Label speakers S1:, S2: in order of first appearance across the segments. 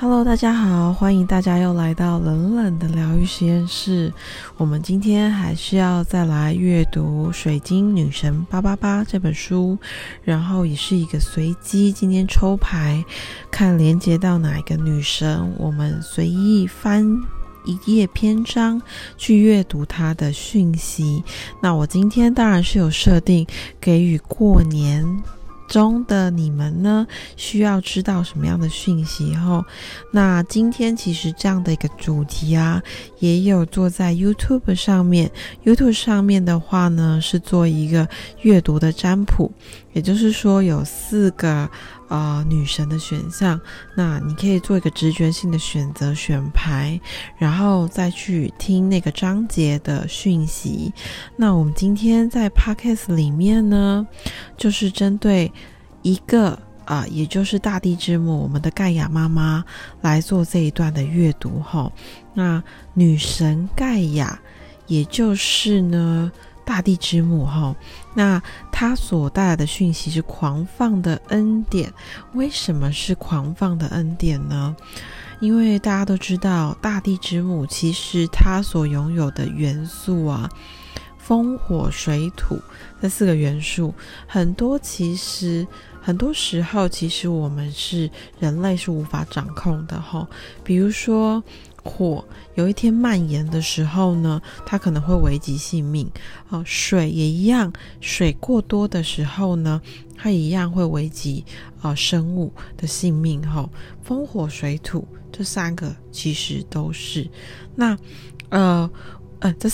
S1: Hello， 大家好，欢迎大家又来到冷冷的疗愈实验室。我们今天还是要再来阅读《水晶女神888》这本书，然后也是一个随机今天抽牌，看连接到哪一个女神，我们随意翻一页篇章去阅读它的讯息。那我今天当然是有设定给予过年中的你们呢，需要知道什么样的讯息后，那今天其实这样的一个主题啊，也有做在 YouTube 上面。YouTube 上面的话呢，是做一个阅读的占卜，也就是说有4个女神的选项，那你可以做一个直觉性的选择选牌，然后再去听那个章节的讯息。那我们今天在 Podcast 里面呢，就是针对一个也就是大地之母我们的盖亚妈妈来做这一段的阅读齁。那女神盖亚也就是呢大地之母齁，那它所带来的讯息是狂放的恩典。为什么是狂放的恩典呢？因为大家都知道大地之母其实它所拥有的元素啊，风火水土这4个元素，很多时候其实我们人类是无法掌控的齁。比如说火有一天蔓延的时候呢，它可能会危及性命。水也一样，水过多的时候呢，它一样会危及生物的性命齁。风火水土这3个其实都是。那这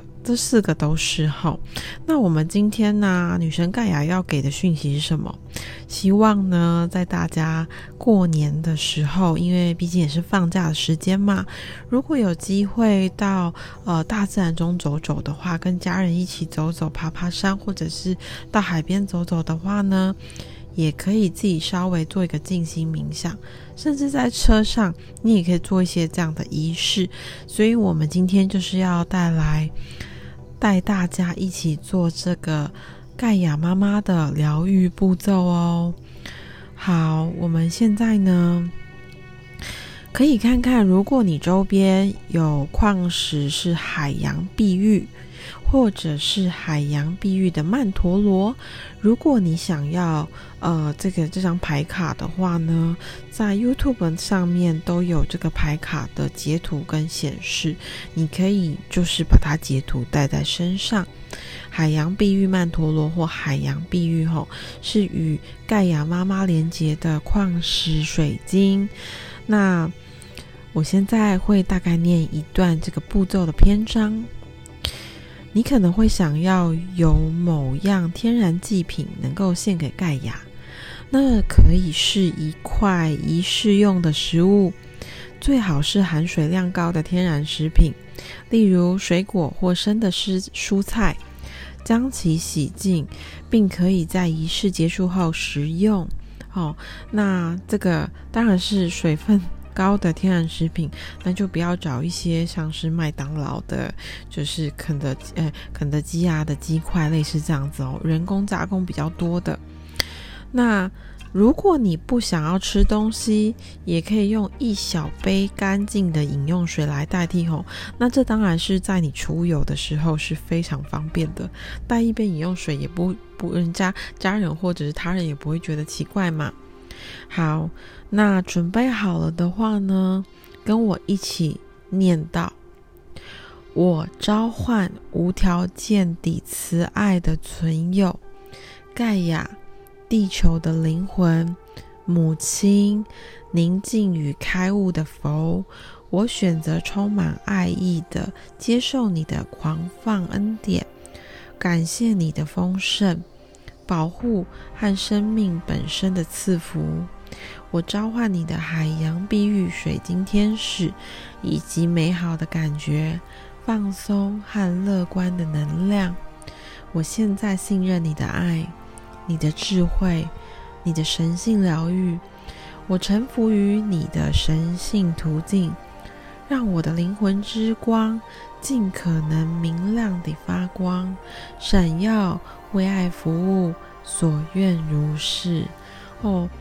S1: 4个都是齁。那我们今天呢，女神盖亚要给的讯息是什么？希望呢，在大家过年的时候，因为毕竟也是放假的时间嘛，如果有机会到大自然中走走的话，跟家人一起走走爬爬山，或者是到海边走走的话呢，也可以自己稍微做一个静心冥想，甚至在车上你也可以做一些这样的仪式。所以我们今天就是要带大家一起做这个盖亚妈妈的疗愈步骤哦。好，我们现在呢可以看看，如果你周边有矿石是海洋碧玉，或者是海洋碧玉的曼陀罗，如果你想要这张牌卡的话呢，在 YouTube 上面都有这个牌卡的截图跟显示，你可以就是把它截图带在身上。海洋碧玉曼陀罗或海洋碧玉是与盖亚妈妈连结的矿石水晶。那我现在会大概念一段这个步骤的篇章。你可能会想要有某样天然祭品能够献给盖亚，那可以是一块仪式用的食物，最好是含水量高的天然食品，例如水果或生的蔬菜，将其洗净，并可以在仪式结束后食用。那这个当然是水分高的天然食品，那就不要找一些像是麦当劳的，就是肯德基的鸡块，类似这样子人工加工比较多的。那如果你不想要吃东西，也可以用1小杯干净的饮用水来代替那这当然是在你出游的时候是非常方便的，带一杯饮用水也不人家人或者是他人也不会觉得奇怪嘛。好，那准备好了的话呢，跟我一起念道：我召唤无条件地慈爱的存有盖亚，地球的灵魂，母亲，宁静与开悟的佛，我选择充满爱意的接受你的狂放恩典，感谢你的丰盛保护和生命本身的赐福。我召唤你的海洋碧玉水晶天使，以及美好的感觉、放松和乐观的能量。我现在信任你的爱、你的智慧、你的神性疗愈。我臣服于你的神性途径，让我的灵魂之光尽可能明亮地发光，闪耀，为爱服务，所愿如是。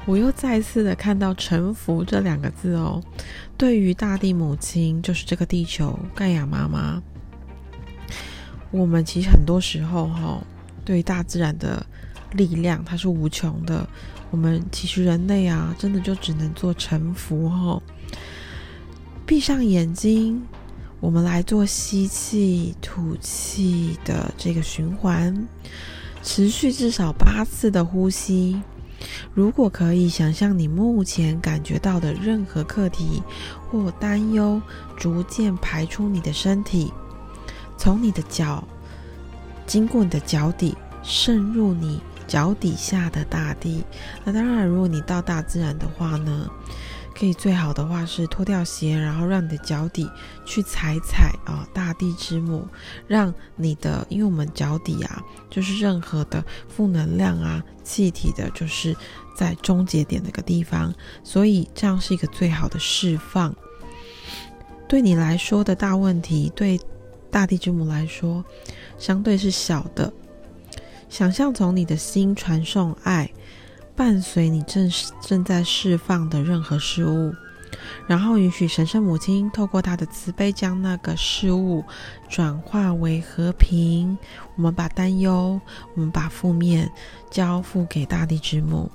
S1: 我又再次的看到臣服这2个字哦。对于大地母亲，就是这个地球盖亚妈妈，我们其实很多时候对大自然的力量它是无穷的，我们其实人类啊，真的就只能做臣服闭上眼睛，我们来做吸气吐气的这个循环，持续至少8次的呼吸。如果可以，想象你目前感觉到的任何课题或担忧逐渐排出你的身体，从你的脚经过你的脚底，渗入你脚底下的大地。那当然，如果你到大自然的话呢，可以最好的话是脱掉鞋，然后让你的脚底去踩大地之母，让你的，因为我们脚底啊，就是任何的负能量啊、气体的，就是在终结点那个地方，所以这样是一个最好的释放。对你来说的大问题，对大地之母来说相对是小的。想象从你的心传送爱，伴随你正在释放的任何事物，然后允许神圣母亲透过她的慈悲将那个事物转化为和平。我们把担忧，我们把负面交付给大地之母，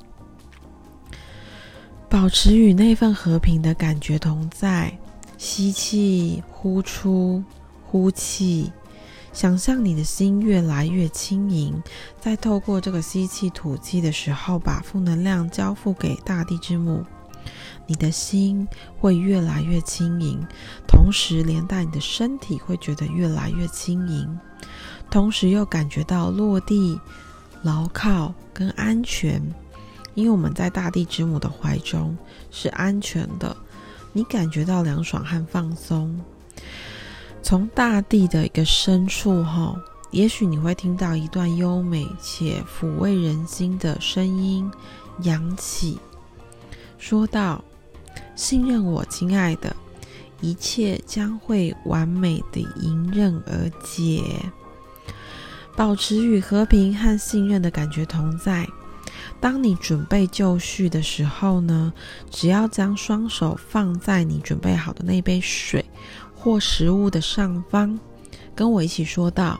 S1: 保持与那份和平的感觉同在。吸气，呼出，呼气，想象你的心越来越轻盈，在透过这个吸气吐气的时候，把负能量交付给大地之母，你的心会越来越轻盈，同时连带你的身体会觉得越来越轻盈，同时又感觉到落地、牢靠跟安全。因为我们在大地之母的怀中是安全的，你感觉到凉爽和放松。从大地的一个深处也许你会听到一段优美且抚慰人心的声音扬起，说道：信任我，亲爱的，一切将会完美的迎刃而解。保持与和平和信任的感觉同在。当你准备就绪的时候呢，只要将双手放在你准备好的那杯水或食物的上方，跟我一起说道：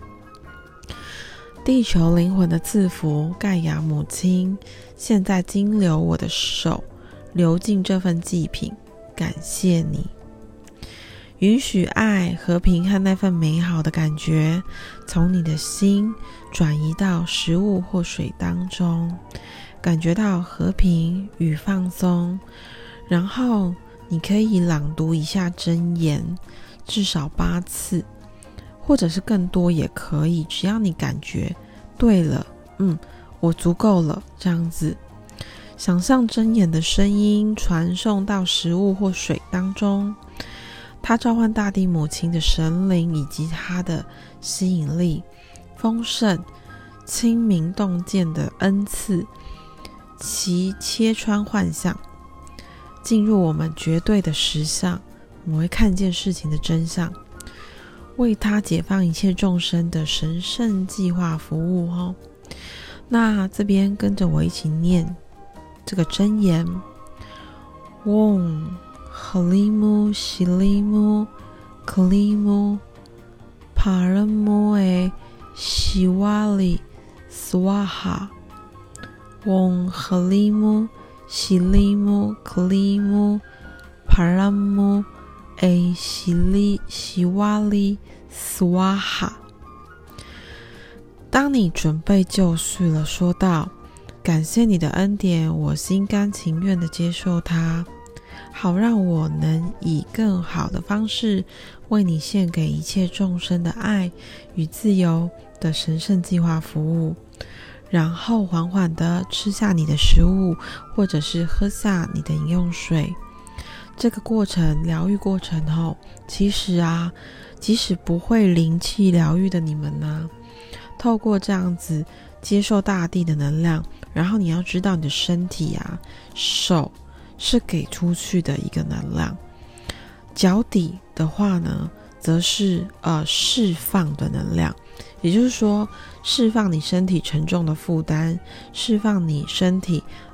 S1: 地球灵魂的赐福，盖亚母亲，现在经由我的手流进这份祭品，感谢你。允许爱、和平和那份美好的感觉从你的心转移到食物或水当中，感觉到和平与放松。然后你可以朗读一下箴言，至少8次，或者是更多也可以，只要你感觉对了，我足够了，这样子。想象箴言的声音传送到食物或水当中，它召唤大地母亲的神灵以及它的吸引力、丰盛、清明洞见的恩赐，其切穿幻象，进入我们绝对的实相，我们会看见事情的真相，为它解放一切众生的神圣计划服务那这边跟着我一起念这个箴言：Om Halimu Shilimu Klimu Paramoe Shivali Swaha Om Halimu Shilimu Klimu Paramoe Shivali Swaha。 当你准备就绪了，说道：感谢你的恩典，我心甘情愿地接受它，好让我能以更好的方式为你献给一切众生的爱与自由的神圣计划服务。然后缓缓地吃下你的食物，或者是喝下你的饮用水。这个过程，疗愈过程其实即使不会灵气疗愈的你们透过这样子接受大地的能量，然后你要知道你的身体手是给出去的一个能量，脚底的话呢则是释放的能量，也就是说释放你身体沉重的负担，释放你身体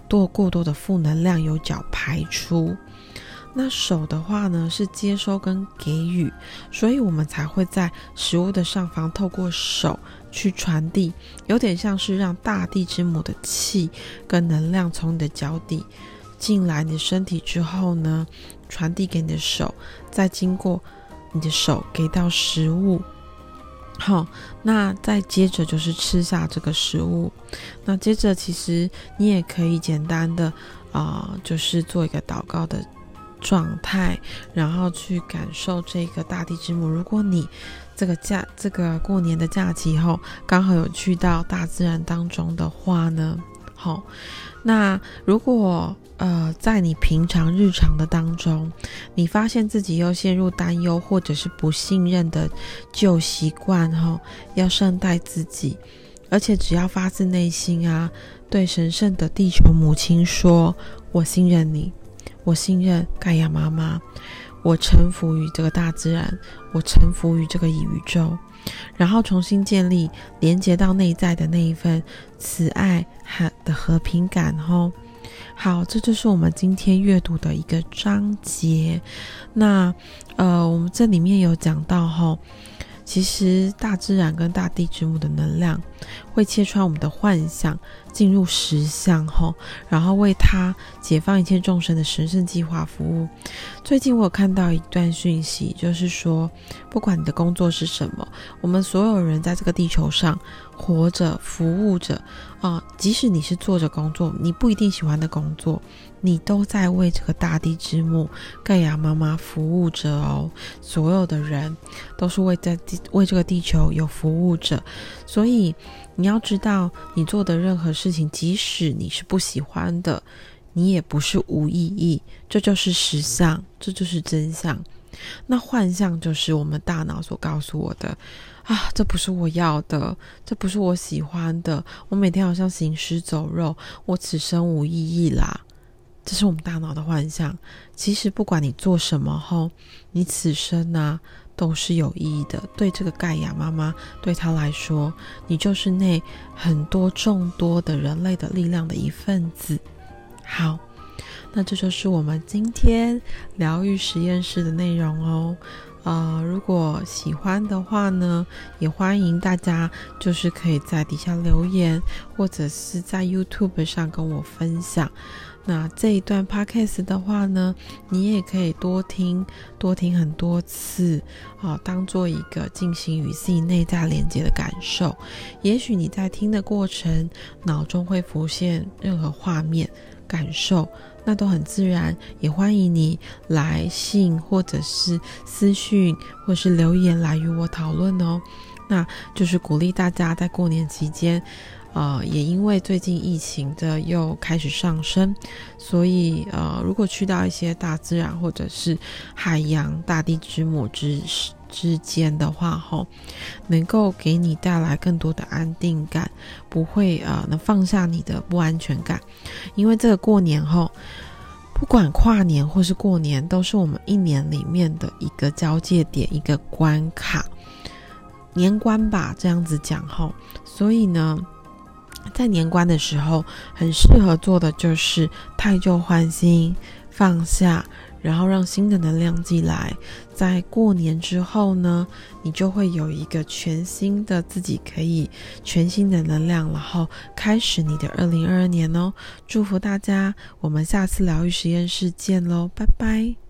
S1: 过多的负能量由脚排出。那手的话呢，是接收跟给予，所以我们才会在食物的上方透过手去传递，有点像是让大地之母的气跟能量从你的脚底进来你的身体之后呢，传递给你的手，再经过你的手给到食物。好，那再接着就是吃下这个食物。那接着其实你也可以简单的就是做一个祷告的状态，然后去感受这个大地之母。如果你这个过年的假期后刚好有去到大自然当中的话呢，好，那如果在你平常日常的当中，你发现自己又陷入担忧或者是不信任的旧习惯要善待自己，而且只要发自内心对神圣的地球母亲说，我信任你，我信任盖亚妈妈，我臣服于这个大自然，我臣服于这个宇宙，然后重新建立连接到内在的那一份慈爱的和平感好，这就是我们今天阅读的一个章节。那我们这里面有讲到其实大自然跟大地之母的能量会切穿我们的幻想，进入实相然后为它解放一切众生的神圣计划服务。最近我有看到一段讯息，就是说不管你的工作是什么，我们所有人在这个地球上活着服务着即使你是做着工作你不一定喜欢的工作，你都在为这个大地之母盖亚妈妈服务着所有的人都是为这个地球有服务者。所以你要知道，你做的任何事情，即使你是不喜欢的，你也不是无意义，这就是实相，这就是真相。那幻象就是我们大脑所告诉我的这不是我要的，这不是我喜欢的，我每天好像行尸走肉，我此生无意义啦。这是我们大脑的幻象。其实不管你做什么后，你此生都是有意义的。对这个盖亚妈妈，对她来说，你就是那很多众多的人类的力量的一份子。好，那这就是我们今天疗愈实验室的内容如果喜欢的话呢，也欢迎大家就是可以在底下留言，或者是在 YouTube 上跟我分享。那这一段 Podcast 的话呢，你也可以多听很多次当做一个进行与自己内在连接的感受。也许你在听的过程脑中会浮现任何画面感受，那都很自然，也欢迎你来信或者是私讯或是留言来与我讨论那就是鼓励大家在过年期间也因为最近疫情的又开始上升，所以如果去到一些大自然或者是海洋大地之母之间的话能够给你带来更多的安定感，不会能放下你的不安全感。因为这个过年不管跨年或是过年，都是我们一年里面的一个交界点，一个关卡，年关吧，这样子讲所以呢，在年关的时候很适合做的就是汰旧换新，放下，然后让新的能量进来。在过年之后呢，你就会有一个全新的自己，可以全新的能量，然后开始你的2022年祝福大家，我们下次疗愈实验室见咯，拜拜。